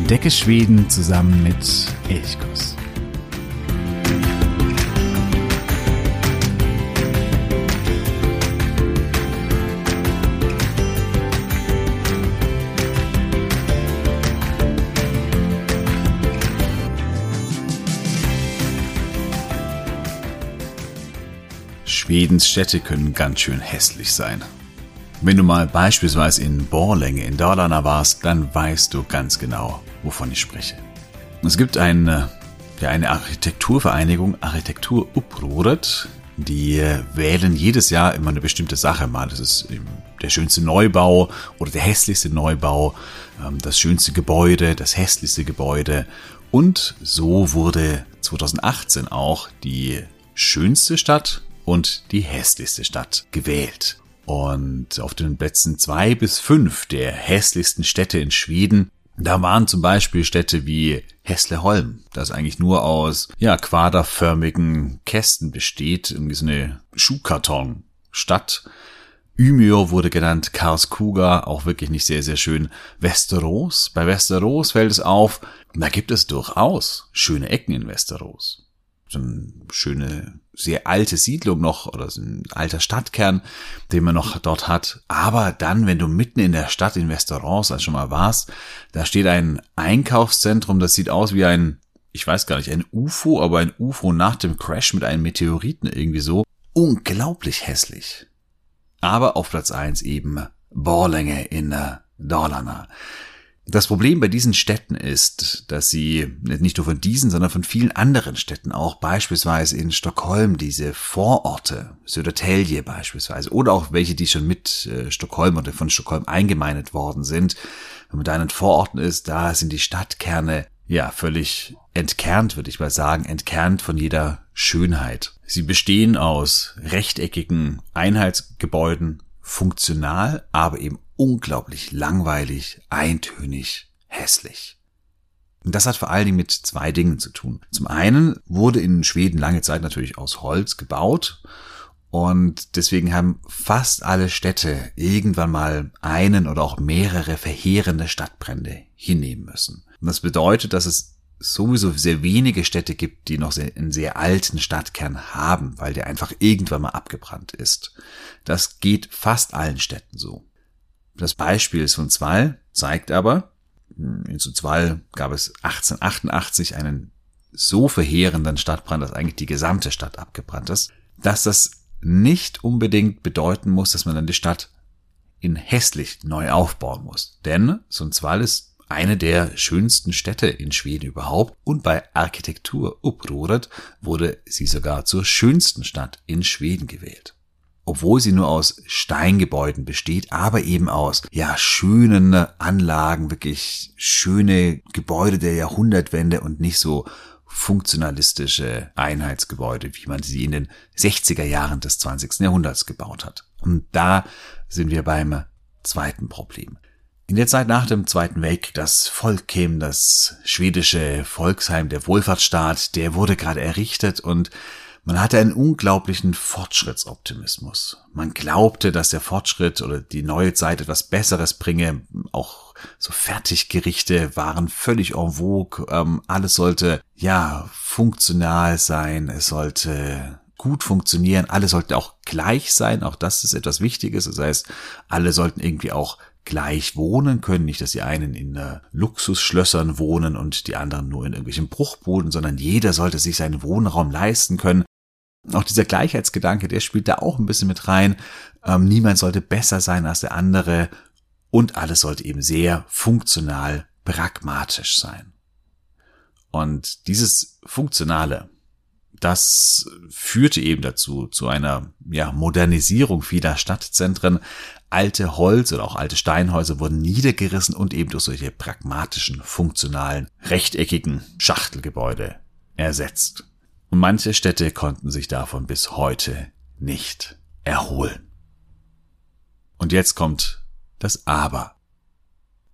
Entdecke Schweden zusammen mit Elchkuss. Schwedens Städte können ganz schön hässlich sein. Wenn du mal beispielsweise in Borlänge in Dalarna warst, dann weißt du ganz genau, wovon ich spreche. Es gibt eine Architekturvereinigung, Arkitekturupproret, die wählen jedes Jahr immer eine bestimmte Sache. Mal das ist der schönste Neubau oder der hässlichste Neubau, das schönste Gebäude, das hässlichste Gebäude. Und so wurde 2018 auch die schönste Stadt und die hässlichste Stadt gewählt. Und auf den Plätzen 2 bis 5 der hässlichsten Städte in Schweden, da waren zum Beispiel Städte wie Hässleholm, das eigentlich nur aus quaderförmigen Kästen besteht, irgendwie so eine Schuhkartonstadt. Umeå wurde genannt, Karlskoga, auch wirklich nicht sehr, sehr schön. Västerås, bei Västerås fällt es auf, da gibt es durchaus schöne Ecken in Västerås. So eine schöne, sehr alte Siedlung noch oder so ein alter Stadtkern, den man noch dort hat. Aber dann, wenn du mitten in der Stadt in Västerås schon mal warst, da steht ein Einkaufszentrum, das sieht aus wie ein UFO, aber ein UFO nach dem Crash mit einem Meteoriten irgendwie so. Unglaublich hässlich. Aber auf Platz 1 eben Borlänge in Dalarna. Das Problem bei diesen Städten ist, dass sie nicht nur von diesen, sondern von vielen anderen Städten, auch beispielsweise in Stockholm, diese Vororte, Södertälje beispielsweise, oder auch welche, die schon mit Stockholm oder von Stockholm eingemeindet worden sind. Wenn man da in den Vororten ist, da sind die Stadtkerne völlig entkernt, würde ich mal sagen, entkernt von jeder Schönheit. Sie bestehen aus rechteckigen Einheitsgebäuden, funktional, aber eben unglaublich langweilig, eintönig, hässlich. Und das hat vor allen Dingen mit 2 Dingen zu tun. Zum einen wurde in Schweden lange Zeit natürlich aus Holz gebaut und deswegen haben fast alle Städte irgendwann mal einen oder auch mehrere verheerende Stadtbrände hinnehmen müssen. Und das bedeutet, dass es sowieso sehr wenige Städte gibt, die noch einen sehr alten Stadtkern haben, weil der einfach irgendwann mal abgebrannt ist. Das geht fast allen Städten so. Das Beispiel Sundsvall zeigt aber, in Sundsvall gab es 1888 einen so verheerenden Stadtbrand, dass eigentlich die gesamte Stadt abgebrannt ist, dass das nicht unbedingt bedeuten muss, dass man dann die Stadt in hässlich neu aufbauen muss. Denn Sundsvall ist eine der schönsten Städte in Schweden überhaupt und bei Arkitekturupproret wurde sie sogar zur schönsten Stadt in Schweden gewählt. Obwohl sie nur aus Steingebäuden besteht, aber eben aus schönen Anlagen, wirklich schöne Gebäude der Jahrhundertwende und nicht so funktionalistische Einheitsgebäude, wie man sie in den 60er Jahren des 20. Jahrhunderts gebaut hat. Und da sind wir beim zweiten Problem. In der Zeit nach dem Zweiten Weltkrieg, das Folkhem, das schwedische Volksheim, der Wohlfahrtsstaat, der wurde gerade errichtet und man hatte einen unglaublichen Fortschrittsoptimismus. Man glaubte, dass der Fortschritt oder die neue Zeit etwas Besseres bringe. Auch so Fertiggerichte waren völlig en vogue. Alles sollte funktional sein. Es sollte gut funktionieren. Alle sollten auch gleich sein. Auch das ist etwas Wichtiges. Das heißt, alle sollten irgendwie auch gleich wohnen können. Nicht, dass die einen in Luxusschlössern wohnen und die anderen nur in irgendwelchen Bruchbuden, sondern jeder sollte sich seinen Wohnraum leisten können. Auch dieser Gleichheitsgedanke, der spielt da auch ein bisschen mit rein. Niemand sollte besser sein als der andere und alles sollte eben sehr funktional, pragmatisch sein. Und dieses Funktionale, das führte eben dazu, zu einer Modernisierung vieler Stadtzentren. Alte Holz- oder auch alte Steinhäuser wurden niedergerissen und eben durch solche pragmatischen, funktionalen, rechteckigen Schachtelgebäude ersetzt. Und manche Städte konnten sich davon bis heute nicht erholen. Und jetzt kommt das Aber.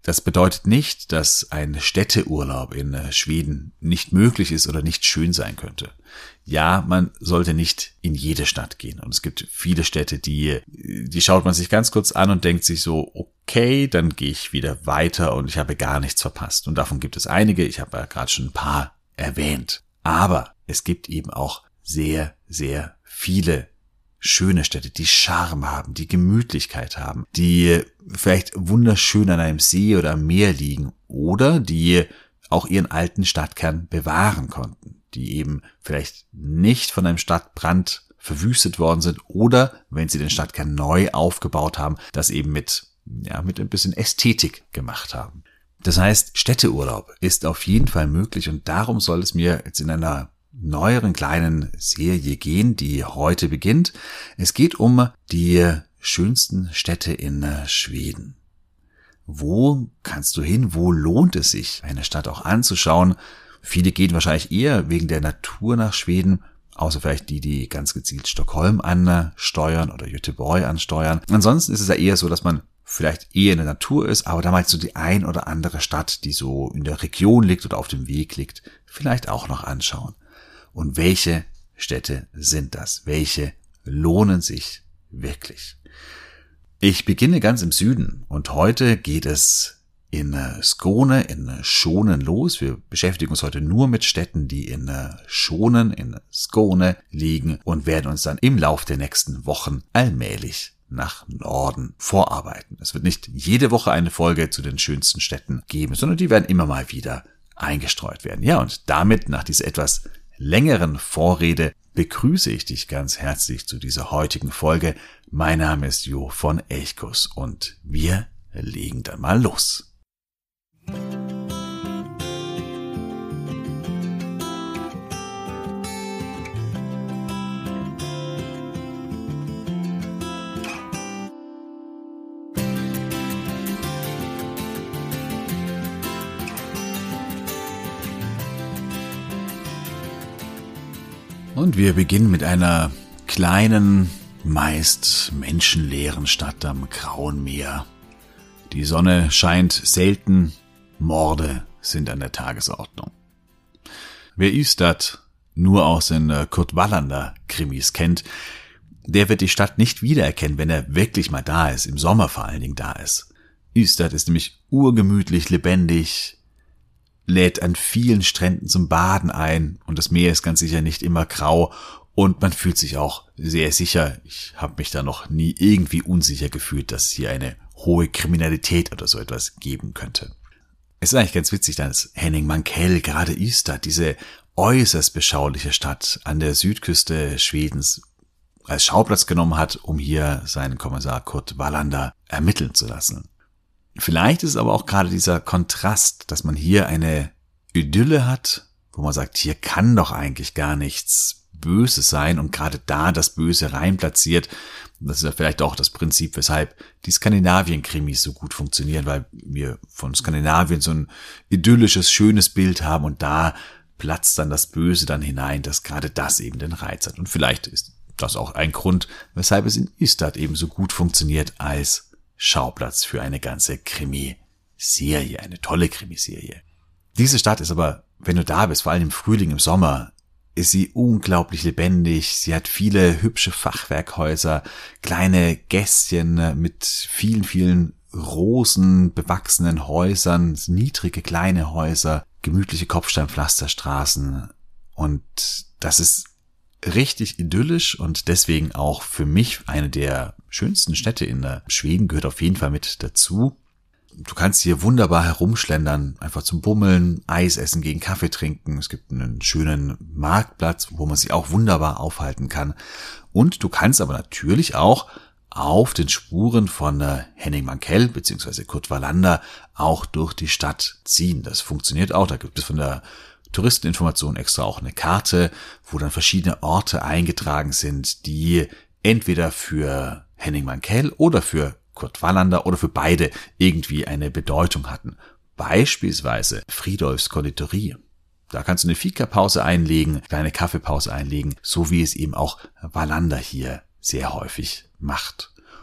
Das bedeutet nicht, dass ein Städteurlaub in Schweden nicht möglich ist oder nicht schön sein könnte. Ja, man sollte nicht in jede Stadt gehen. Und es gibt viele Städte, die schaut man sich ganz kurz an und denkt sich so, okay, dann gehe ich wieder weiter und ich habe gar nichts verpasst. Und davon gibt es einige. Ich habe ja gerade schon ein paar erwähnt. Aber es gibt eben auch sehr, sehr viele schöne Städte, die Charme haben, die Gemütlichkeit haben, die vielleicht wunderschön an einem See oder am Meer liegen oder die auch ihren alten Stadtkern bewahren konnten, die eben vielleicht nicht von einem Stadtbrand verwüstet worden sind oder, wenn sie den Stadtkern neu aufgebaut haben, das eben mit ein bisschen Ästhetik gemacht haben. Das heißt, Städteurlaub ist auf jeden Fall möglich und darum soll es mir jetzt in einer neueren kleinen Serie gehen, die heute beginnt. Es geht um die schönsten Städte in Schweden. Wo kannst du hin? Wo lohnt es sich, eine Stadt auch anzuschauen? Viele gehen wahrscheinlich eher wegen der Natur nach Schweden, außer vielleicht die ganz gezielt Stockholm ansteuern oder Göteborg ansteuern. Ansonsten ist es ja eher so, dass man vielleicht eher in der Natur ist, aber damals so die ein oder andere Stadt, die so in der Region liegt oder auf dem Weg liegt, vielleicht auch noch anschauen. Und welche Städte sind das? Welche lohnen sich wirklich? Ich beginne ganz im Süden und heute geht es in Skåne, in Skåne los. Wir beschäftigen uns heute nur mit Städten, die in Skåne, in Skåne liegen und werden uns dann im Lauf der nächsten Wochen allmählich nach Norden vorarbeiten. Es wird nicht jede Woche eine Folge zu den schönsten Städten geben, sondern die werden immer mal wieder eingestreut werden. Ja, und damit nach dieser etwas längeren Vorrede begrüße ich dich ganz herzlich zu dieser heutigen Folge. Mein Name ist Jo von Elchkuss und wir legen dann mal los. Und wir beginnen mit einer kleinen, meist menschenleeren Stadt am Grauen Meer. Die Sonne scheint selten, Morde sind an der Tagesordnung. Wer Ystad nur aus den Kurt Wallander-Krimis kennt, der wird die Stadt nicht wiedererkennen, wenn er wirklich mal da ist, im Sommer vor allen Dingen da ist. Ystad ist nämlich urgemütlich, lebendig, lädt an vielen Stränden zum Baden ein und das Meer ist ganz sicher nicht immer grau und man fühlt sich auch sehr sicher. Ich habe mich da noch nie irgendwie unsicher gefühlt, dass es hier eine hohe Kriminalität oder so etwas geben könnte. Es ist eigentlich ganz witzig, dass Henning Mankell gerade Ystad, diese äußerst beschauliche Stadt an der Südküste Schwedens, als Schauplatz genommen hat, um hier seinen Kommissar Kurt Wallander ermitteln zu lassen. Vielleicht ist es aber auch gerade dieser Kontrast, dass man hier eine Idylle hat, wo man sagt, hier kann doch eigentlich gar nichts Böses sein und gerade da das Böse reinplatziert. Das ist ja vielleicht auch das Prinzip, weshalb die Skandinavien-Krimis so gut funktionieren, weil wir von Skandinavien so ein idyllisches, schönes Bild haben und da platzt dann das Böse dann hinein, dass gerade das eben den Reiz hat. Und vielleicht ist das auch ein Grund, weshalb es in Ystad eben so gut funktioniert als Schauplatz für eine ganze Krimiserie, eine tolle Krimiserie. Diese Stadt ist aber, wenn du da bist, vor allem im Frühling, im Sommer, ist sie unglaublich lebendig. Sie hat viele hübsche Fachwerkhäuser, kleine Gässchen mit vielen, vielen rosenbewachsenen Häusern, niedrige kleine Häuser, gemütliche Kopfsteinpflasterstraßen. Und das ist richtig idyllisch und deswegen auch für mich eine der schönsten Städte in Schweden, gehört auf jeden Fall mit dazu. Du kannst hier wunderbar herumschlendern, einfach zum Bummeln, Eis essen, gegen Kaffee trinken. Es gibt einen schönen Marktplatz, wo man sich auch wunderbar aufhalten kann. Und du kannst aber natürlich auch auf den Spuren von Henning Mankell bzw. Kurt Wallander auch durch die Stadt ziehen. Das funktioniert auch. Da gibt es von der Touristeninformation extra auch eine Karte, wo dann verschiedene Orte eingetragen sind, die entweder für Henning Mankell oder für Kurt Wallander oder für beide irgendwie eine Bedeutung hatten. Beispielsweise Fridolfs Konditorei. Da kannst du eine Fika-Pause einlegen, eine Kaffeepause einlegen, so wie es eben auch Wallander hier sehr häufig macht.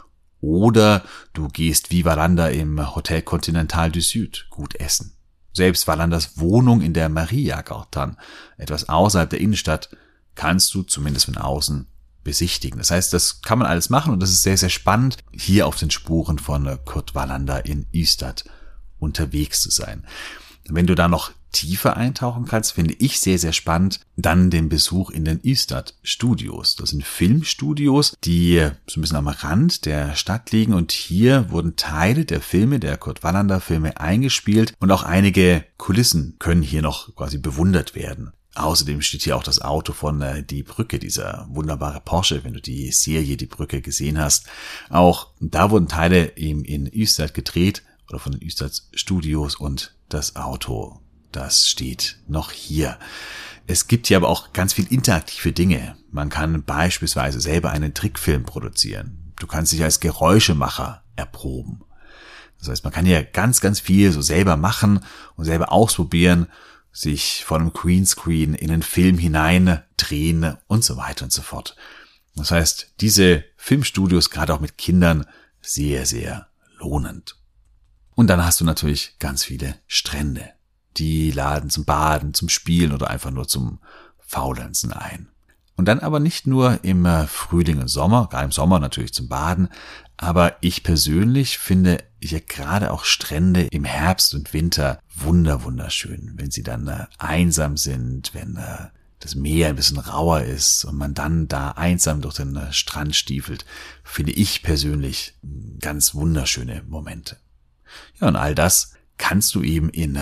Oder du gehst wie Wallander im Hotel Continental du Sud gut essen. Selbst Wallanders Wohnung in der Mariagarten, etwas außerhalb der Innenstadt, kannst du zumindest von außen besichtigen. Das heißt, das kann man alles machen und das ist sehr, sehr spannend, hier auf den Spuren von Kurt Wallander in Ystad unterwegs zu sein. Wenn du da noch tiefer eintauchen kannst, finde ich sehr, sehr spannend, dann den Besuch in den Ystad Studios. Das sind Filmstudios, die so ein bisschen am Rand der Stadt liegen und hier wurden Teile der Filme, der Kurt Wallander Filme eingespielt und auch einige Kulissen können hier noch quasi bewundert werden. Außerdem steht hier auch das Auto von Die Brücke, dieser wunderbare Porsche, wenn du die Serie Die Brücke gesehen hast. Auch da wurden Teile eben in Ystad gedreht oder von den Ystad Studios und das Auto, das steht noch hier. Es gibt hier aber auch ganz viel interaktive Dinge. Man kann beispielsweise selber einen Trickfilm produzieren. Du kannst dich als Geräuschemacher erproben. Das heißt, man kann hier ganz, ganz viel so selber machen und selber ausprobieren, sich vor einem Greenscreen in den Film hinein drehen und so weiter und so fort. Das heißt, diese Filmstudios, gerade auch mit Kindern, sehr, sehr lohnend. Und dann hast du natürlich ganz viele Strände. Die laden zum Baden, zum Spielen oder einfach nur zum Faulenzen ein. Und dann aber nicht nur im Frühling und Sommer, gerade im Sommer natürlich zum Baden, aber ich persönlich finde ja gerade auch Strände im Herbst und Winter wunderschön, wenn sie dann einsam sind, wenn das Meer ein bisschen rauer ist und man dann da einsam durch den Strand stiefelt, finde ich persönlich ganz wunderschöne Momente. Ja, und all das kannst du eben in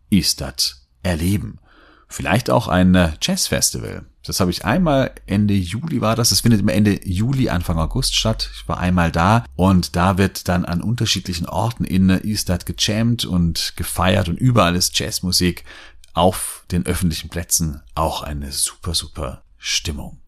Ystad erleben. Vielleicht auch ein Jazzfestival. Das habe ich einmal Ende Juli war das. Es findet immer Ende Juli, Anfang August statt. Ich war einmal da und da wird dann an unterschiedlichen Orten in Ystad gejammt und gefeiert und überall ist Jazzmusik. Auf den öffentlichen Plätzen auch eine super Stimmung.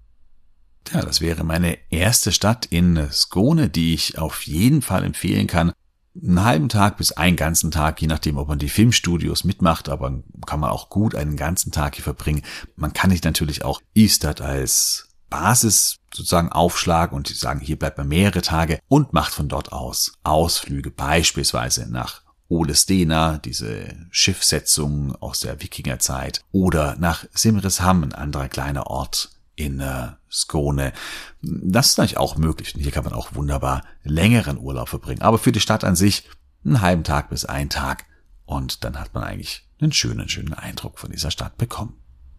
Ja, das wäre meine erste Stadt in Skåne, die ich auf jeden Fall empfehlen kann. Einen halben Tag bis einen ganzen Tag, je nachdem, ob man die Filmstudios mitmacht, aber kann man auch gut einen ganzen Tag hier verbringen. Man kann sich natürlich auch Ystad als Basis sozusagen aufschlagen und sagen, hier bleibt man mehrere Tage und macht von dort aus Ausflüge, beispielsweise nach Ålestina, diese Schiffssetzung aus der Wikingerzeit, oder nach Simrishamn, ein anderer kleiner Ort in Skåne. Das ist natürlich auch möglich. Und hier kann man auch wunderbar längeren Urlaub verbringen. Aber für die Stadt an sich einen halben Tag bis einen Tag. Und dann hat man eigentlich einen schönen Eindruck von dieser Stadt bekommen.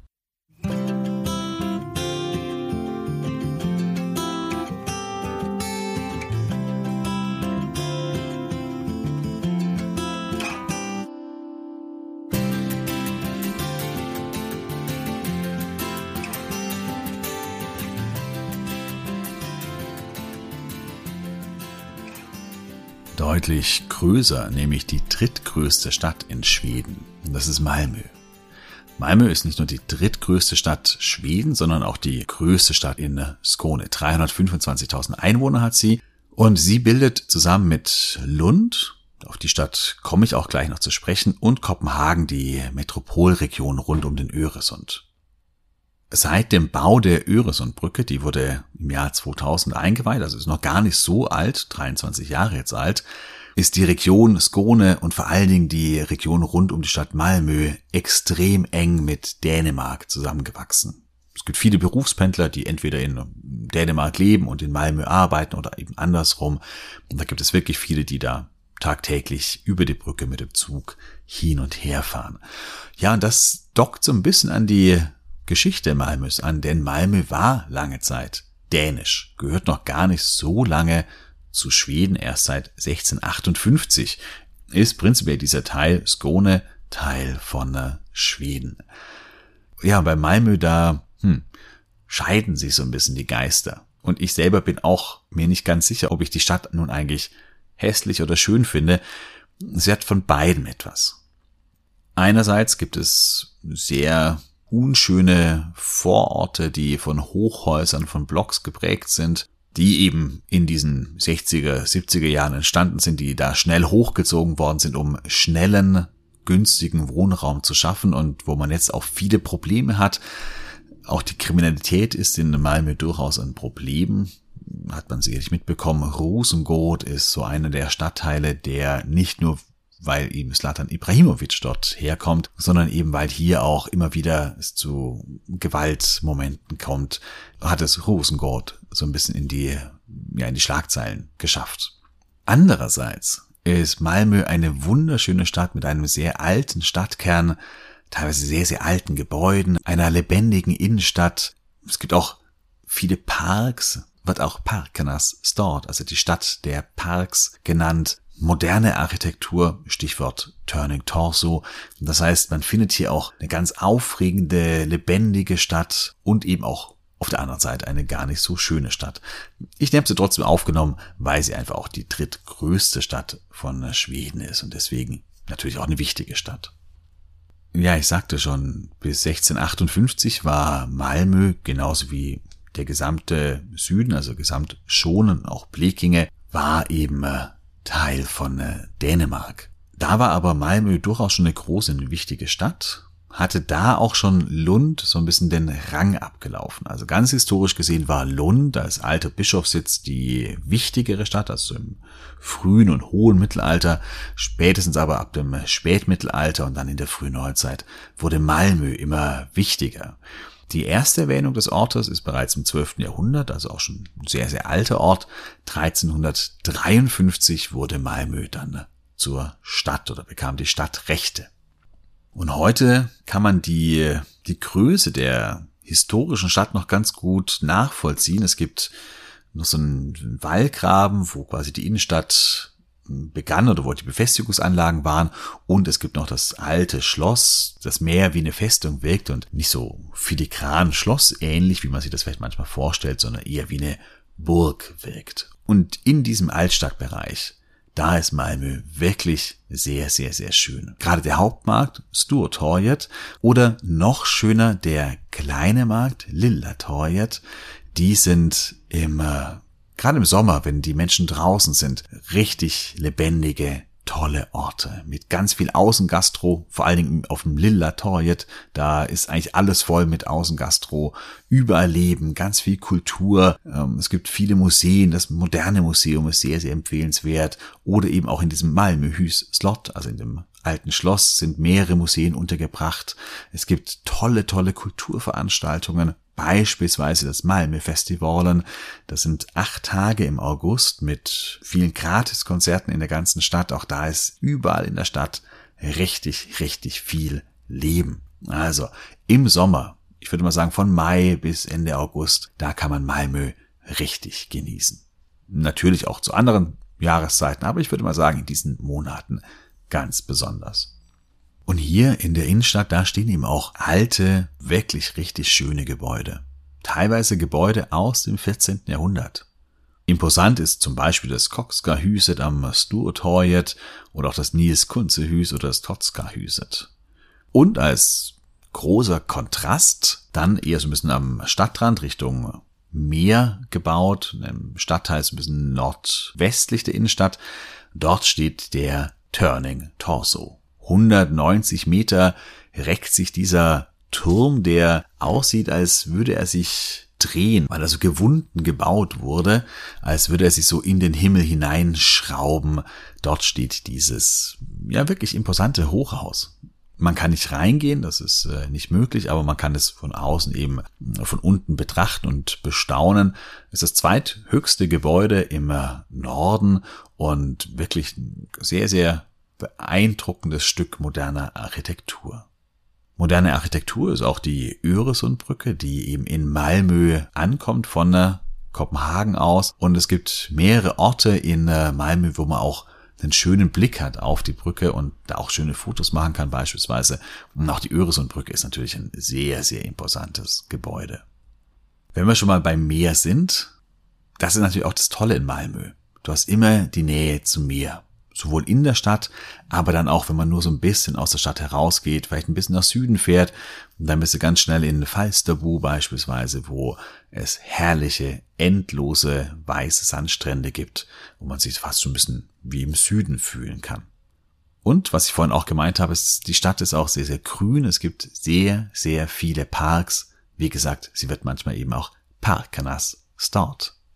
Deutlich größer, nämlich die drittgrößte Stadt in Schweden. Das ist Malmö. Malmö ist nicht nur die drittgrößte Stadt Schweden, sondern auch die größte Stadt in Skåne. 325.000 Einwohner hat sie und sie bildet zusammen mit Lund, auf die Stadt komme ich auch gleich noch zu sprechen, und Kopenhagen die Metropolregion rund um den Öresund. Seit dem Bau der Öresundbrücke, die wurde im Jahr 2000 eingeweiht, also ist noch gar nicht so alt, 23 Jahre jetzt alt, ist die Region Skåne und vor allen Dingen die Region rund um die Stadt Malmö extrem eng mit Dänemark zusammengewachsen. Es gibt viele Berufspendler, die entweder in Dänemark leben und in Malmö arbeiten oder eben andersrum. Und da gibt es wirklich viele, die da tagtäglich über die Brücke mit dem Zug hin und her fahren. Ja, und das dockt so ein bisschen an die Geschichte Malmös an, denn Malmö war lange Zeit dänisch, gehört noch gar nicht so lange zu Schweden, erst seit 1658 ist prinzipiell dieser Teil Skåne Teil von Schweden. Ja, bei Malmö da scheiden sich so ein bisschen die Geister und ich selber bin auch mir nicht ganz sicher, ob ich die Stadt nun eigentlich hässlich oder schön finde. Sie hat von beidem etwas. Einerseits gibt es sehr unschöne Vororte, die von Hochhäusern, von Blocks geprägt sind, die eben in diesen 60er, 70er Jahren entstanden sind, die da schnell hochgezogen worden sind, um schnellen, günstigen Wohnraum zu schaffen und wo man jetzt auch viele Probleme hat. Auch die Kriminalität ist in Malmö durchaus ein Problem. hat man sicherlich mitbekommen, Rosengård ist so einer der Stadtteile, der nicht nur, weil eben Zlatan Ibrahimović dort herkommt, sondern eben weil hier auch immer wieder es zu Gewaltmomenten kommt, hat es Rosengård so ein bisschen in die Schlagzeilen geschafft. Andererseits ist Malmö eine wunderschöne Stadt mit einem sehr alten Stadtkern, teilweise sehr, sehr alten Gebäuden, einer lebendigen Innenstadt. Es gibt auch viele Parks, wird auch Parkernas Stad, also die Stadt der Parks genannt. Moderne Architektur, Stichwort Turning Torso. Das heißt, man findet hier auch eine ganz aufregende, lebendige Stadt und eben auch auf der anderen Seite eine gar nicht so schöne Stadt. Ich habe sie trotzdem aufgenommen, weil sie einfach auch die drittgrößte Stadt von Schweden ist und deswegen natürlich auch eine wichtige Stadt. Ja, ich sagte schon, bis 1658 war Malmö genauso wie der gesamte Süden, also gesamt Schonen, auch Blekinge, war eben Teil von Dänemark. Da war aber Malmö durchaus schon eine große und wichtige Stadt, hatte da auch schon Lund so ein bisschen den Rang abgelaufen. Also ganz historisch gesehen war Lund als alter Bischofssitz die wichtigere Stadt, also im frühen und hohen Mittelalter. Spätestens aber ab dem Spätmittelalter und dann in der frühen Neuzeit wurde Malmö immer wichtiger. Die erste Erwähnung des Ortes ist bereits im 12. Jahrhundert, also auch schon ein sehr, sehr alter Ort. 1353 wurde Malmö dann zur Stadt oder bekam die Stadtrechte. Und heute kann man die Größe der historischen Stadt noch ganz gut nachvollziehen. Es gibt noch so einen Wallgraben, wo quasi die Innenstadt begann oder wo die Befestigungsanlagen waren. Und es gibt noch das alte Schloss, das mehr wie eine Festung wirkt und nicht so filigran schlossähnlich, wie man sich das vielleicht manchmal vorstellt, sondern eher wie eine Burg wirkt. Und in diesem Altstadtbereich, da ist Malmö wirklich sehr, sehr, sehr schön. Gerade der Hauptmarkt, Sturtorget, oder noch schöner der kleine Markt, Lilla Torget, die sind gerade im Sommer, wenn die Menschen draußen sind, richtig lebendige, tolle Orte mit ganz viel Außengastro, vor allen Dingen auf dem Lilla Torget, da ist eigentlich alles voll mit Außengastro, überall Leben, ganz viel Kultur, es gibt viele Museen, das moderne Museum ist sehr, sehr empfehlenswert oder eben auch in diesem Malmöhus Slott, also in dem alten Schloss sind mehrere Museen untergebracht, es gibt tolle, tolle Kulturveranstaltungen, beispielsweise das Malmö-Festivalen. Das sind 8 Tage im August mit vielen Gratiskonzerten in der ganzen Stadt. Auch da ist überall in der Stadt richtig, richtig viel Leben. Also im Sommer, ich würde mal sagen von Mai bis Ende August, da kann man Malmö richtig genießen. Natürlich auch zu anderen Jahreszeiten, aber ich würde mal sagen in diesen Monaten ganz besonders. Und hier in der Innenstadt, da stehen eben auch alte, wirklich richtig schöne Gebäude. Teilweise Gebäude aus dem 14. Jahrhundert. Imposant ist zum Beispiel das Kokska-Huset am Sturtorget oder auch das Niels Kunze-Hus oder das Totska-Huset. Und als großer Kontrast dann eher so ein bisschen am Stadtrand Richtung Meer gebaut, in einem Stadtteil so ein bisschen nordwestlich der Innenstadt. Dort steht der Turning Torso. 190 Meter reckt sich dieser Turm, der aussieht, als würde er sich drehen, weil er so gewunden gebaut wurde, als würde er sich so in den Himmel hineinschrauben. Dort steht dieses, ja, wirklich imposante Hochhaus. Man kann nicht reingehen, das ist nicht möglich, aber man kann es von außen eben von unten betrachten und bestaunen. Es ist das zweithöchste Gebäude im Norden und wirklich ein sehr, sehr beeindruckendes Stück moderner Architektur. Moderne Architektur ist auch die Öresundbrücke, die eben in Malmö ankommt von Kopenhagen aus. Und es gibt mehrere Orte in Malmö, wo man auch einen schönen Blick hat auf die Brücke und da auch schöne Fotos machen kann beispielsweise. Und auch die Öresundbrücke ist natürlich ein sehr, sehr imposantes Gebäude. Wenn wir schon mal beim Meer sind, das ist natürlich auch das Tolle in Malmö. Du hast immer die Nähe zum Meer. Sowohl in der Stadt, aber dann auch, wenn man nur so ein bisschen aus der Stadt herausgeht, vielleicht ein bisschen nach Süden fährt, und dann bist du ganz schnell in Falsterbo beispielsweise, wo es herrliche, endlose, weiße Sandstrände gibt, wo man sich fast so ein bisschen wie im Süden fühlen kann. Und, was ich vorhin auch gemeint habe, ist, die Stadt ist auch sehr, sehr grün. Es gibt sehr, sehr viele Parks. Wie gesagt, sie wird manchmal eben auch Parkernas Stad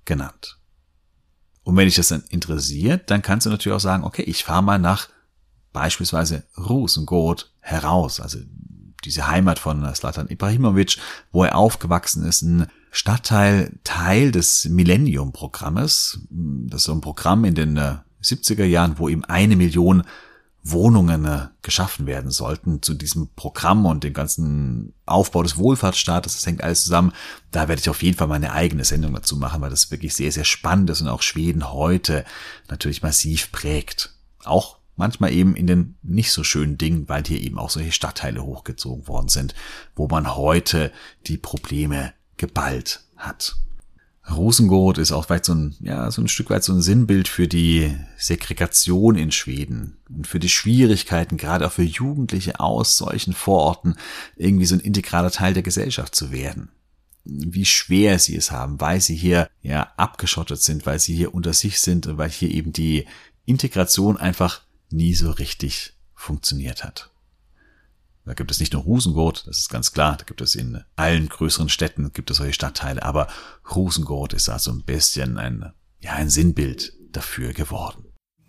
genannt. Und wenn dich das dann interessiert, dann kannst du natürlich auch sagen, okay, ich fahre mal nach beispielsweise Rosengård heraus, also diese Heimat von Zlatan Ibrahimović, wo er aufgewachsen ist, ein Stadtteil, Teil des Millennium-Programmes. Das ist so ein Programm in den 70er Jahren, wo eben 1 Million Wohnungen geschaffen werden sollten. Zu diesem Programm und dem ganzen Aufbau des Wohlfahrtsstaates, das hängt alles zusammen. Da werde ich auf jeden Fall meine eigene Sendung dazu machen, weil das wirklich sehr, sehr spannend ist und auch Schweden heute natürlich massiv prägt. Auch manchmal eben in den nicht so schönen Dingen, weil hier eben auch solche Stadtteile hochgezogen worden sind, wo man heute die Probleme geballt hat. Rosengård ist auch vielleicht so ein Stück weit so ein Sinnbild für die Segregation in Schweden und für die Schwierigkeiten, gerade auch für Jugendliche aus solchen Vororten, irgendwie so ein integraler Teil der Gesellschaft zu werden. Wie schwer sie es haben, weil sie hier abgeschottet sind, weil sie hier unter sich sind und weil hier eben die Integration einfach nie so richtig funktioniert hat. Da gibt es nicht nur Rosengård, das ist ganz klar, da gibt es in allen größeren Städten gibt es solche Stadtteile, aber Rosengård ist da so ein bisschen ein Sinnbild dafür geworden.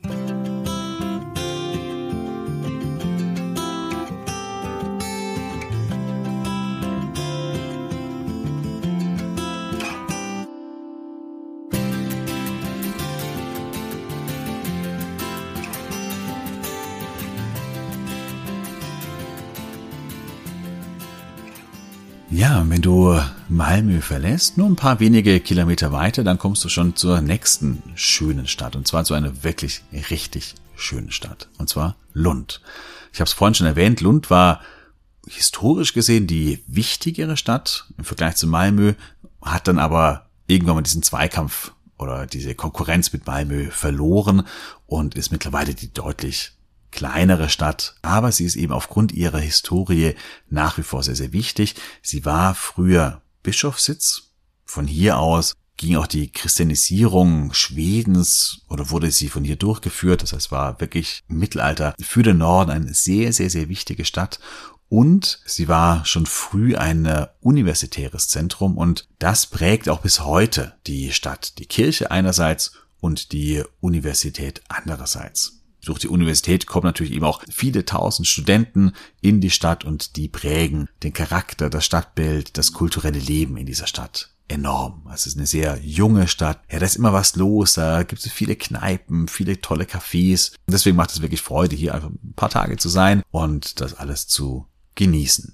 Ja, wenn du Malmö verlässt, nur ein paar wenige Kilometer weiter, dann kommst du schon zur nächsten schönen Stadt. Und zwar zu einer wirklich richtig schönen Stadt. Und zwar Lund. Ich habe es vorhin schon erwähnt, Lund war historisch gesehen die wichtigere Stadt im Vergleich zu Malmö, hat dann aber irgendwann mal diesen Zweikampf oder diese Konkurrenz mit Malmö verloren und ist mittlerweile die deutlich kleinere Stadt, aber sie ist eben aufgrund ihrer Historie nach wie vor sehr, sehr wichtig. Sie war früher Bischofssitz. Von hier aus ging auch die Christianisierung Schwedens oder wurde sie von hier durchgeführt. Das heißt, war wirklich im Mittelalter für den Norden eine sehr, sehr, sehr wichtige Stadt. Und sie war schon früh ein universitäres Zentrum und das prägt auch bis heute die Stadt. Die Kirche einerseits und die Universität andererseits. Durch die Universität kommen natürlich eben auch viele tausend Studenten in die Stadt und die prägen den Charakter, das Stadtbild, das kulturelle Leben in dieser Stadt enorm. Es ist eine sehr junge Stadt. Ja, da ist immer was los. Da gibt es viele Kneipen, viele tolle Cafés. Und deswegen macht es wirklich Freude, hier einfach ein paar Tage zu sein und das alles zu genießen.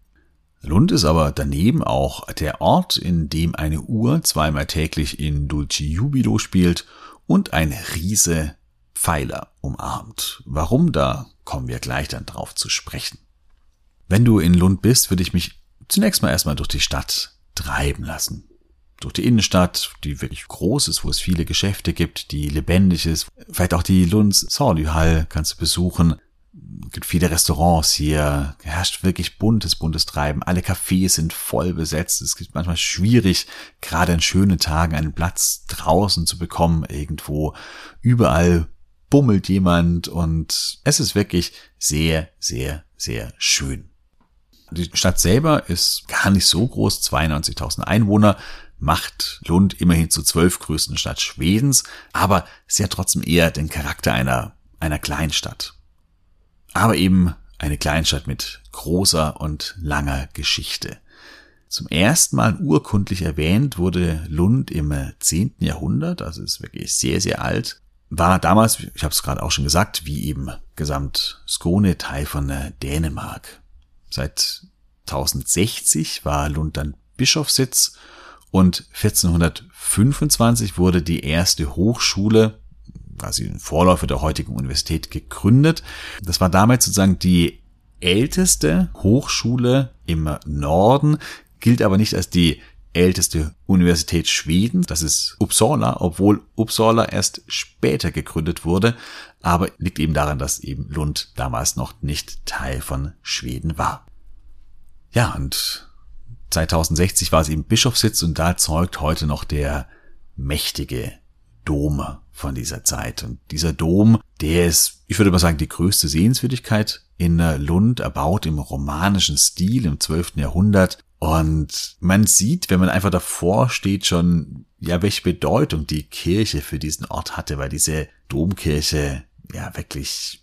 Lund ist aber daneben auch der Ort, in dem eine Uhr zweimal täglich in Dulci Jubilo spielt und ein Riese Pfeiler umarmt. Warum? Da kommen wir gleich dann drauf zu sprechen. Wenn du in Lund bist, würde ich mich zunächst mal erstmal durch die Stadt treiben lassen. Durch die Innenstadt, die wirklich groß ist, wo es viele Geschäfte gibt, die lebendig ist. Vielleicht auch die Lunds Sorlyhall kannst du besuchen. Es gibt viele Restaurants hier, herrscht wirklich buntes Treiben. Alle Cafés sind voll besetzt. Es ist manchmal schwierig, gerade an schönen Tagen einen Platz draußen zu bekommen, irgendwo. Überall bummelt jemand und es ist wirklich sehr, sehr, sehr schön. Die Stadt selber ist gar nicht so groß, 92.000 Einwohner, macht Lund immerhin zur 12. größten Stadt Schwedens, aber sie hat trotzdem eher den Charakter einer Kleinstadt. Aber eben eine Kleinstadt mit großer und langer Geschichte. Zum ersten Mal urkundlich erwähnt wurde Lund im 10. Jahrhundert, also ist wirklich sehr, sehr alt. War damals, ich habe es gerade auch schon gesagt, wie eben gesamt Skåne Teil von Dänemark. Seit 1060 war Lund dann Bischofssitz und 1425 wurde die erste Hochschule, quasi ein Vorläufer der heutigen Universität, gegründet. Das war damals sozusagen die älteste Hochschule im Norden, gilt aber nicht als die älteste Universität Schwedens. Das ist Uppsala, obwohl Uppsala erst später gegründet wurde, aber liegt eben daran, dass eben Lund damals noch nicht Teil von Schweden war. Ja, und 2060 war es eben Bischofssitz und da zeugt heute noch der mächtige Dom von dieser Zeit. Und dieser Dom, der ist, ich würde mal sagen, die größte Sehenswürdigkeit in Lund, erbaut im romanischen Stil im 12. Jahrhundert. Und man sieht, wenn man einfach davor steht, schon, ja, welche Bedeutung die Kirche für diesen Ort hatte, weil diese Domkirche ja wirklich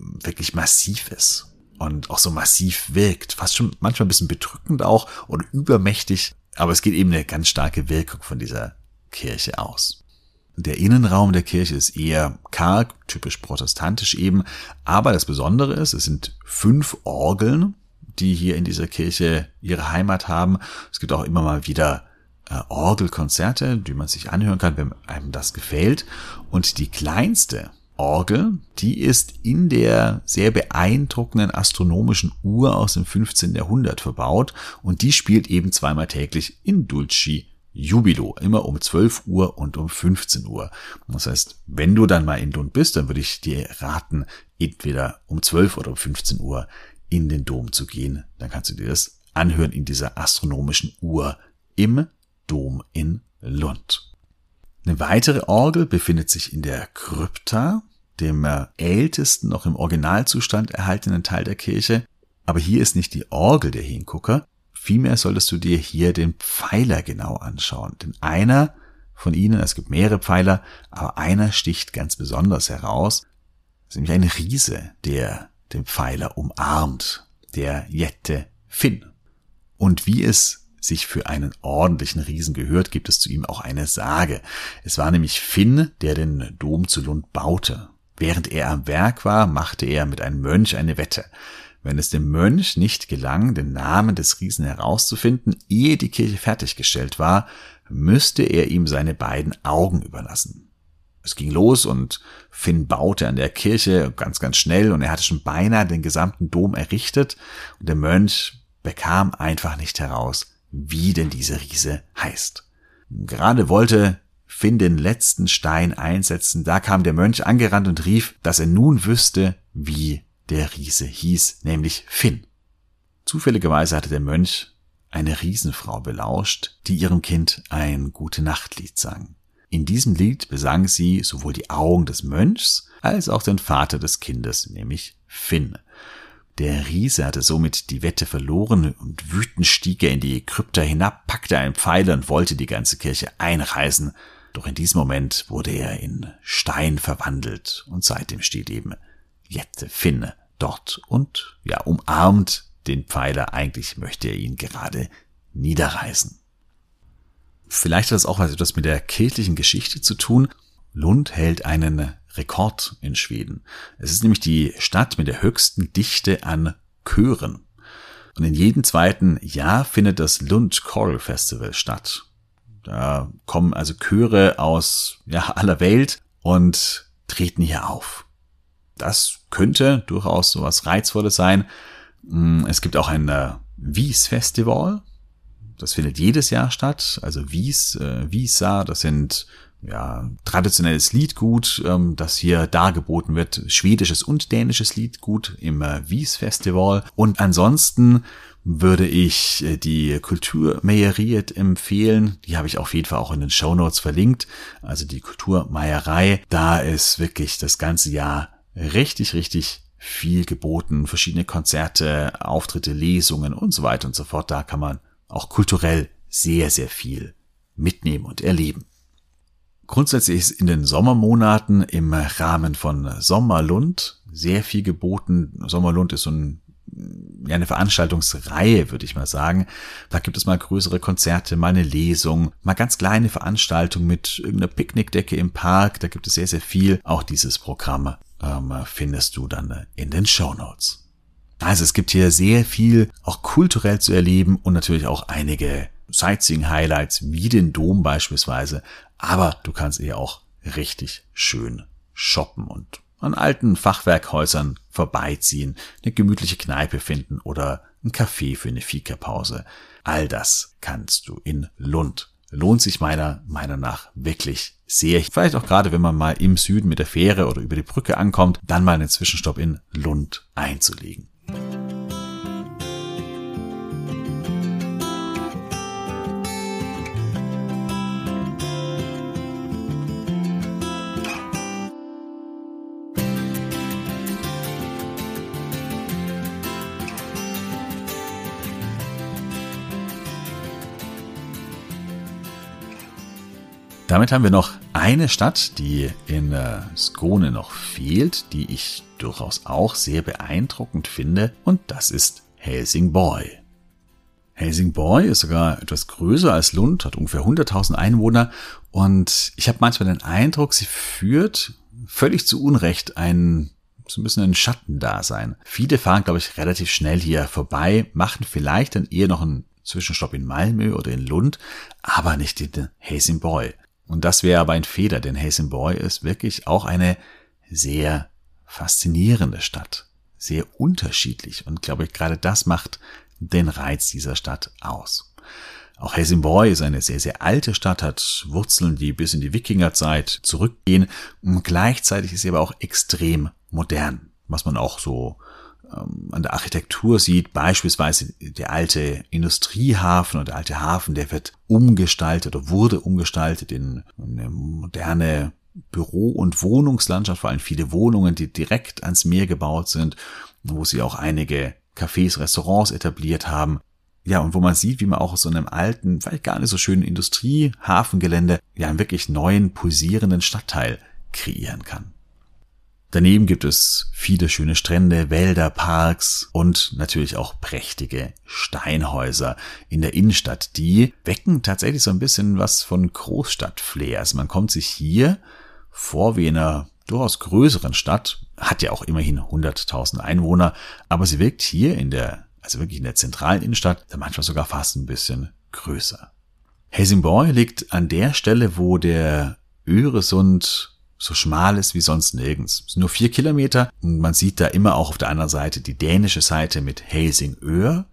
massiv ist und auch so massiv wirkt. Fast schon manchmal ein bisschen bedrückend auch und übermächtig. Aber es geht eben eine ganz starke Wirkung von dieser Kirche aus. Der Innenraum der Kirche ist eher karg, typisch protestantisch eben. Aber das Besondere ist, es sind 5 Orgeln, die hier in dieser Kirche ihre Heimat haben. Es gibt auch immer mal wieder Orgelkonzerte, die man sich anhören kann, wenn einem das gefällt. Und die kleinste Orgel, die ist in der sehr beeindruckenden astronomischen Uhr aus dem 15. Jahrhundert verbaut. Und die spielt eben zweimal täglich in Dulci Jubilo, immer um 12 Uhr und um 15 Uhr. Das heißt, wenn du dann mal in Lund bist, dann würde ich dir raten, entweder um 12 oder um 15 Uhr in den Dom zu gehen. Dann kannst du dir das anhören in dieser astronomischen Uhr im Dom in Lund. Eine weitere Orgel befindet sich in der Krypta, dem ältesten noch im Originalzustand erhaltenen Teil der Kirche. Aber hier ist nicht die Orgel der Hingucker. Vielmehr solltest du dir hier den Pfeiler genau anschauen. Denn einer von ihnen, es gibt mehrere Pfeiler, aber einer sticht ganz besonders heraus. Das ist nämlich ein Riese, der den Pfeiler umarmt, der Jette Finn. Und wie es sich für einen ordentlichen Riesen gehört, gibt es zu ihm auch eine Sage. Es war nämlich Finn, der den Dom zu Lund baute. Während er am Werk war, machte er mit einem Mönch eine Wette. Wenn es dem Mönch nicht gelang, den Namen des Riesen herauszufinden, ehe die Kirche fertiggestellt war, müsste er ihm seine beiden Augen überlassen. Es ging los und Finn baute an der Kirche ganz, ganz schnell und er hatte schon beinahe den gesamten Dom errichtet und der Mönch bekam einfach nicht heraus, wie denn dieser Riese heißt. Gerade wollte Finn den letzten Stein einsetzen, da kam der Mönch angerannt und rief, dass er nun wüsste, wie der Riese hieß, nämlich Finn. Zufälligerweise hatte der Mönch eine Riesenfrau belauscht, die ihrem Kind ein Gute-Nacht-Lied sang. In diesem Lied besang sie sowohl die Augen des Mönchs als auch den Vater des Kindes, nämlich Finn. Der Riese hatte somit die Wette verloren und wütend stieg er in die Krypta hinab, packte einen Pfeiler und wollte die ganze Kirche einreißen. Doch in diesem Moment wurde er in Stein verwandelt und seitdem steht eben Jette Finn dort und ja, umarmt den Pfeiler. Eigentlich möchte er ihn gerade niederreißen. Vielleicht hat das auch etwas mit der kirchlichen Geschichte zu tun. Lund hält einen Rekord in Schweden. Es ist nämlich die Stadt mit der höchsten Dichte an Chören. Und in jedem zweiten Jahr findet das Lund Choral Festival statt. Da kommen also Chöre aus aller Welt und treten hier auf. Das könnte durchaus so was Reizvolles sein. Es gibt auch ein Wies-Festival. Das findet jedes Jahr statt. Also Visa, das sind traditionelles Liedgut, das hier dargeboten wird. Schwedisches und dänisches Liedgut im Wies-Festival. Und ansonsten würde ich die Kulturmeieriet empfehlen. Die habe ich auf jeden Fall auch in den Shownotes verlinkt. Also die Kulturmeierei. Da ist wirklich das ganze Jahr richtig, richtig viel geboten. Verschiedene Konzerte, Auftritte, Lesungen und so weiter und so fort. Da kann man auch kulturell sehr, sehr viel mitnehmen und erleben. Grundsätzlich ist in den Sommermonaten im Rahmen von Sommerlund sehr viel geboten. Sommerlund ist so eine Veranstaltungsreihe, würde ich mal sagen. Da gibt es mal größere Konzerte, mal eine Lesung, mal ganz kleine Veranstaltungen mit irgendeiner Picknickdecke im Park. Da gibt es sehr, sehr viel. Auch dieses Programm findest du dann in den Shownotes. Also es gibt hier sehr viel auch kulturell zu erleben und natürlich auch einige Sightseeing-Highlights wie den Dom beispielsweise. Aber du kannst eher auch richtig schön shoppen und an alten Fachwerkhäusern vorbeiziehen, eine gemütliche Kneipe finden oder ein Café für eine Fikapause. All das kannst du in Lund. Lohnt sich meiner Meinung nach wirklich sehr. Vielleicht auch gerade, wenn man mal im Süden mit der Fähre oder über die Brücke ankommt, dann mal einen Zwischenstopp in Lund einzulegen. damit haben wir noch eine Stadt, die in Skåne noch fehlt, die ich durchaus auch sehr beeindruckend finde, und das ist Helsingborg. Helsingborg ist sogar etwas größer als Lund, hat ungefähr 100.000 Einwohner, und ich habe manchmal den Eindruck, sie führt völlig zu Unrecht so ein bisschen ein Schattendasein. Viele fahren, glaube ich, relativ schnell hier vorbei, machen vielleicht dann eher noch einen Zwischenstopp in Malmö oder in Lund, aber nicht in Helsingborg. Und das wäre aber ein Fehler, denn Helsingborg ist wirklich auch eine sehr faszinierende Stadt, sehr unterschiedlich, und glaube ich, gerade das macht den Reiz dieser Stadt aus. Auch Helsingborg ist eine sehr, sehr alte Stadt, hat Wurzeln, die bis in die Wikingerzeit zurückgehen, und gleichzeitig ist sie aber auch extrem modern, was man auch so an der Architektur sieht. Beispielsweise der alte Industriehafen oder der alte Hafen, der wird umgestaltet oder wurde umgestaltet in eine moderne Büro- und Wohnungslandschaft, vor allem viele Wohnungen, die direkt ans Meer gebaut sind, wo sie auch einige Cafés, Restaurants etabliert haben. Ja, und wo man sieht, wie man auch aus so einem alten, vielleicht gar nicht so schönen Industriehafengelände ja einen wirklich neuen, pulsierenden Stadtteil kreieren kann. Daneben gibt es viele schöne Strände, Wälder, Parks und natürlich auch prächtige Steinhäuser in der Innenstadt. Die wecken tatsächlich so ein bisschen was von Großstadt-Flair. Also man kommt sich hier vor wie in einer durchaus größeren Stadt, hat ja auch immerhin 100.000 Einwohner, aber sie wirkt hier wirklich in der zentralen Innenstadt, manchmal sogar fast ein bisschen größer. Helsingborg liegt an der Stelle, wo der Öresund so schmal ist wie sonst nirgends. Es sind nur 4 Kilometer und man sieht da immer auch auf der anderen Seite die dänische Seite mit Helsingør.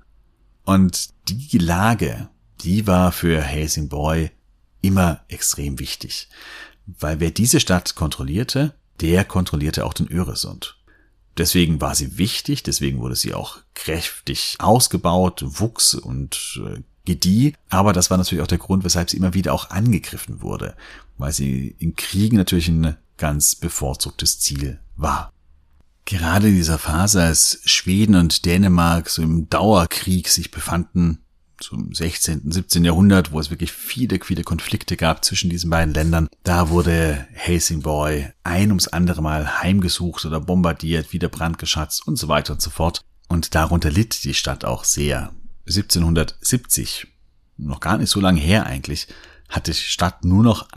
Und die Lage, die war für Helsingborg immer extrem wichtig. Weil wer diese Stadt kontrollierte, der kontrollierte auch den Öresund. Deswegen war sie wichtig, deswegen wurde sie auch kräftig ausgebaut, wuchs und gedieh. Aber das war natürlich auch der Grund, weshalb sie immer wieder auch angegriffen wurde, weil sie in Kriegen natürlich ein ganz bevorzugtes Ziel war. Gerade in dieser Phase, als Schweden und Dänemark so im Dauerkrieg sich befanden, so im 16., 17. Jahrhundert, wo es wirklich viele Konflikte gab zwischen diesen beiden Ländern, da wurde Helsingborg ein ums andere Mal heimgesucht oder bombardiert, wieder brandgeschatzt und so weiter und so fort. Und darunter litt die Stadt auch sehr. 1770, noch gar nicht so lange her eigentlich, hatte die Stadt nur noch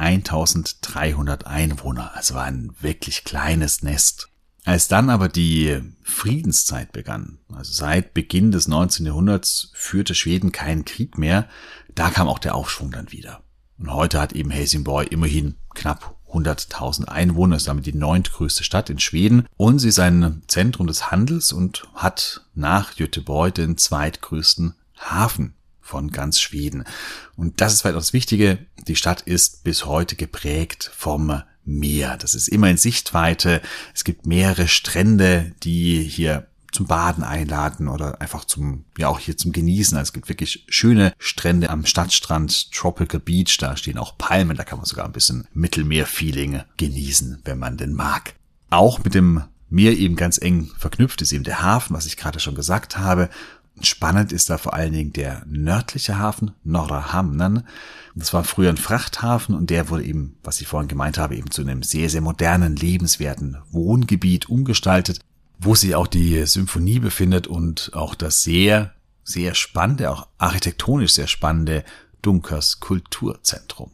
1.300 Einwohner, also war ein wirklich kleines Nest. Als dann aber die Friedenszeit begann, also seit Beginn des 19. Jahrhunderts führte Schweden keinen Krieg mehr, da kam auch der Aufschwung dann wieder. Und heute hat eben Helsingborg immerhin knapp 100.000 Einwohner, ist damit die 9. Stadt in Schweden, und sie ist ein Zentrum des Handels und hat nach Göteborg den zweitgrößten Hafen von ganz Schweden. Und das ist vielleicht auch das Wichtige, die Stadt ist bis heute geprägt vom Meer. Das ist immer in Sichtweite. Es gibt mehrere Strände, die hier zum Baden einladen oder einfach auch hier zum Genießen. Also es gibt wirklich schöne Strände am Stadtstrand, Tropical Beach, da stehen auch Palmen, da kann man sogar ein bisschen Mittelmeer-Feeling genießen, wenn man denn mag. Auch mit dem Meer eben ganz eng verknüpft ist eben der Hafen, was ich gerade schon gesagt habe. Spannend ist da vor allen Dingen der nördliche Hafen, Norra Hamnen. Das war früher ein Frachthafen und der wurde eben, was ich vorhin gemeint habe, eben zu einem sehr, sehr modernen, lebenswerten Wohngebiet umgestaltet, wo sich auch die Symphonie befindet und auch das sehr, sehr spannende, auch architektonisch sehr spannende Dunkers Kulturzentrum.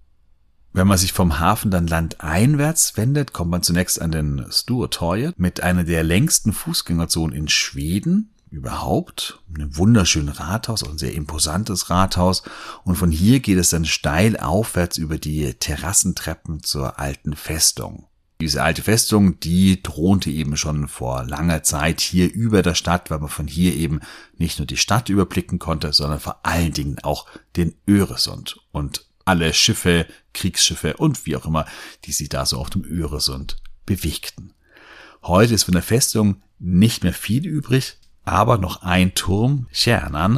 Wenn man sich vom Hafen dann landeinwärts wendet, kommt man zunächst an den Sturetorget mit einer der längsten Fußgängerzonen in Schweden überhaupt. Ein wunderschönes Rathaus, auch ein sehr imposantes Rathaus. Und von hier geht es dann steil aufwärts über die Terrassentreppen zur alten Festung. Diese alte Festung, die thronte eben schon vor langer Zeit hier über der Stadt, weil man von hier eben nicht nur die Stadt überblicken konnte, sondern vor allen Dingen auch den Öresund und alle Schiffe, Kriegsschiffe und wie auch immer, die sich da so auf dem Öresund bewegten. Heute ist von der Festung nicht mehr viel übrig, aber noch ein Turm, Kärnan.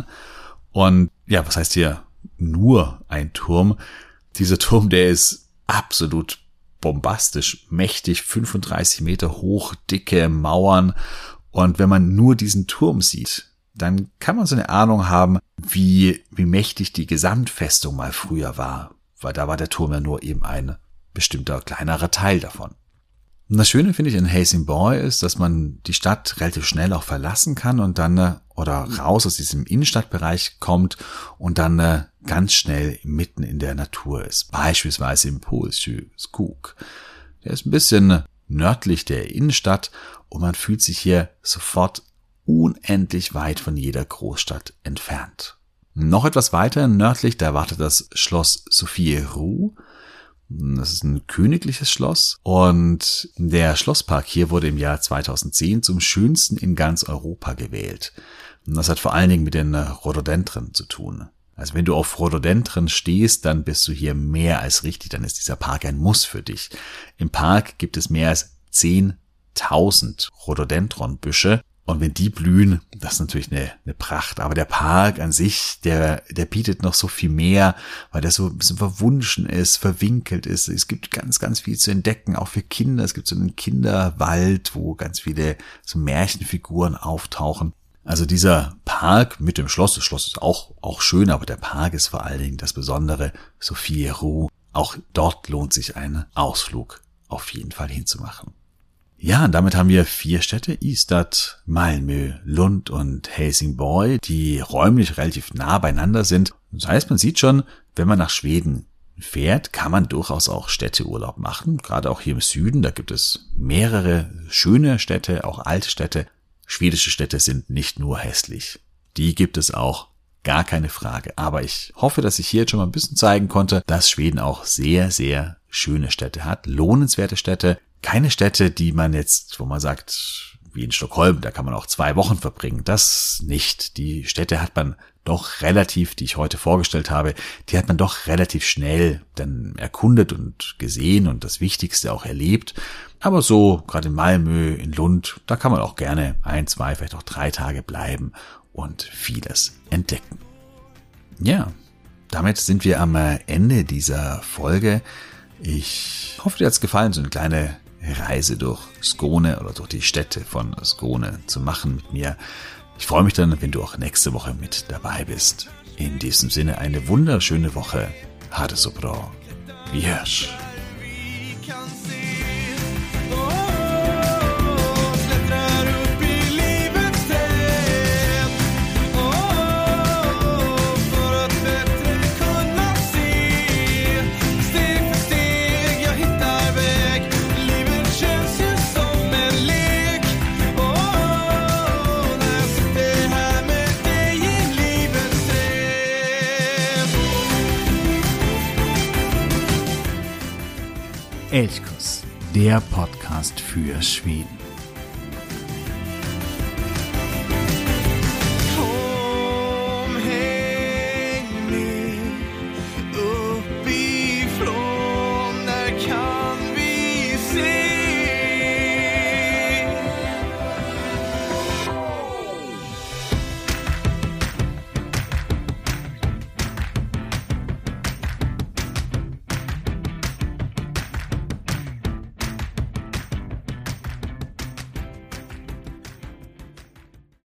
Und ja, was heißt hier nur ein Turm? Dieser Turm, der ist absolut bombastisch, mächtig, 35 Meter hoch, dicke Mauern. Und wenn man nur diesen Turm sieht, dann kann man so eine Ahnung haben, wie mächtig die Gesamtfestung mal früher war. weil da war der Turm ja nur eben ein bestimmter kleinerer Teil davon. Und das Schöne finde ich in Helsingborg ist, dass man die Stadt relativ schnell auch verlassen kann und dann oder raus aus diesem Innenstadtbereich kommt und dann ganz schnell mitten in der Natur ist. Beispielsweise im Pålsjö Skog. Der ist ein bisschen nördlich der Innenstadt und man fühlt sich hier sofort unendlich weit von jeder Großstadt entfernt. Noch etwas weiter nördlich, da wartet das Schloss Sofiero. Das ist ein königliches Schloss und der Schlosspark hier wurde im Jahr 2010 zum schönsten in ganz Europa gewählt. Und das hat vor allen Dingen mit den Rhododendren zu tun. Also wenn du auf Rhododendren stehst, dann bist du hier mehr als richtig, dann ist dieser Park ein Muss für dich. Im Park gibt es mehr als 10.000 Rhododendronbüsche. Und wenn die blühen, das ist natürlich eine Pracht. Aber der Park an sich, der bietet noch so viel mehr, weil der so ein bisschen verwunschen ist, verwinkelt ist. Es gibt ganz, ganz viel zu entdecken, auch für Kinder. Es gibt so einen Kinderwald, wo ganz viele so Märchenfiguren auftauchen. Also dieser Park mit dem Schloss, das Schloss ist auch schön, aber der Park ist vor allen Dingen das Besondere. Sofiero, auch dort lohnt sich ein Ausflug auf jeden Fall hinzumachen. Ja, und damit haben wir 4 Städte, Ystad, Malmö, Lund und Helsingborg, die räumlich relativ nah beieinander sind. Das heißt, man sieht schon, wenn man nach Schweden fährt, kann man durchaus auch Städteurlaub machen. Gerade auch hier im Süden, da gibt es mehrere schöne Städte, auch alte Städte. Schwedische Städte sind nicht nur hässlich. Die gibt es auch, gar keine Frage. Aber ich hoffe, dass ich hier jetzt schon mal ein bisschen zeigen konnte, dass Schweden auch sehr, sehr schöne Städte hat, lohnenswerte Städte. Keine Städte, die man jetzt, wo man sagt, wie in Stockholm, da kann man auch 2 Wochen verbringen. Das nicht. Die Städte hat man doch relativ, die ich heute vorgestellt habe, die hat man doch relativ schnell dann erkundet und gesehen und das Wichtigste auch erlebt. Aber so, gerade in Malmö, in Lund, da kann man auch gerne 1, 2, vielleicht auch 3 Tage bleiben und vieles entdecken. Ja, damit sind wir am Ende dieser Folge. Ich hoffe, dir hat's gefallen, so eine kleine Reise durch Skåne oder durch die Städte von Skåne zu machen mit mir. Ich freue mich dann, wenn du auch nächste Woche mit dabei bist. In diesem Sinne eine wunderschöne Woche. Ha det så bra. Vi hörs. Älvkurs, der Podcast für Schweden.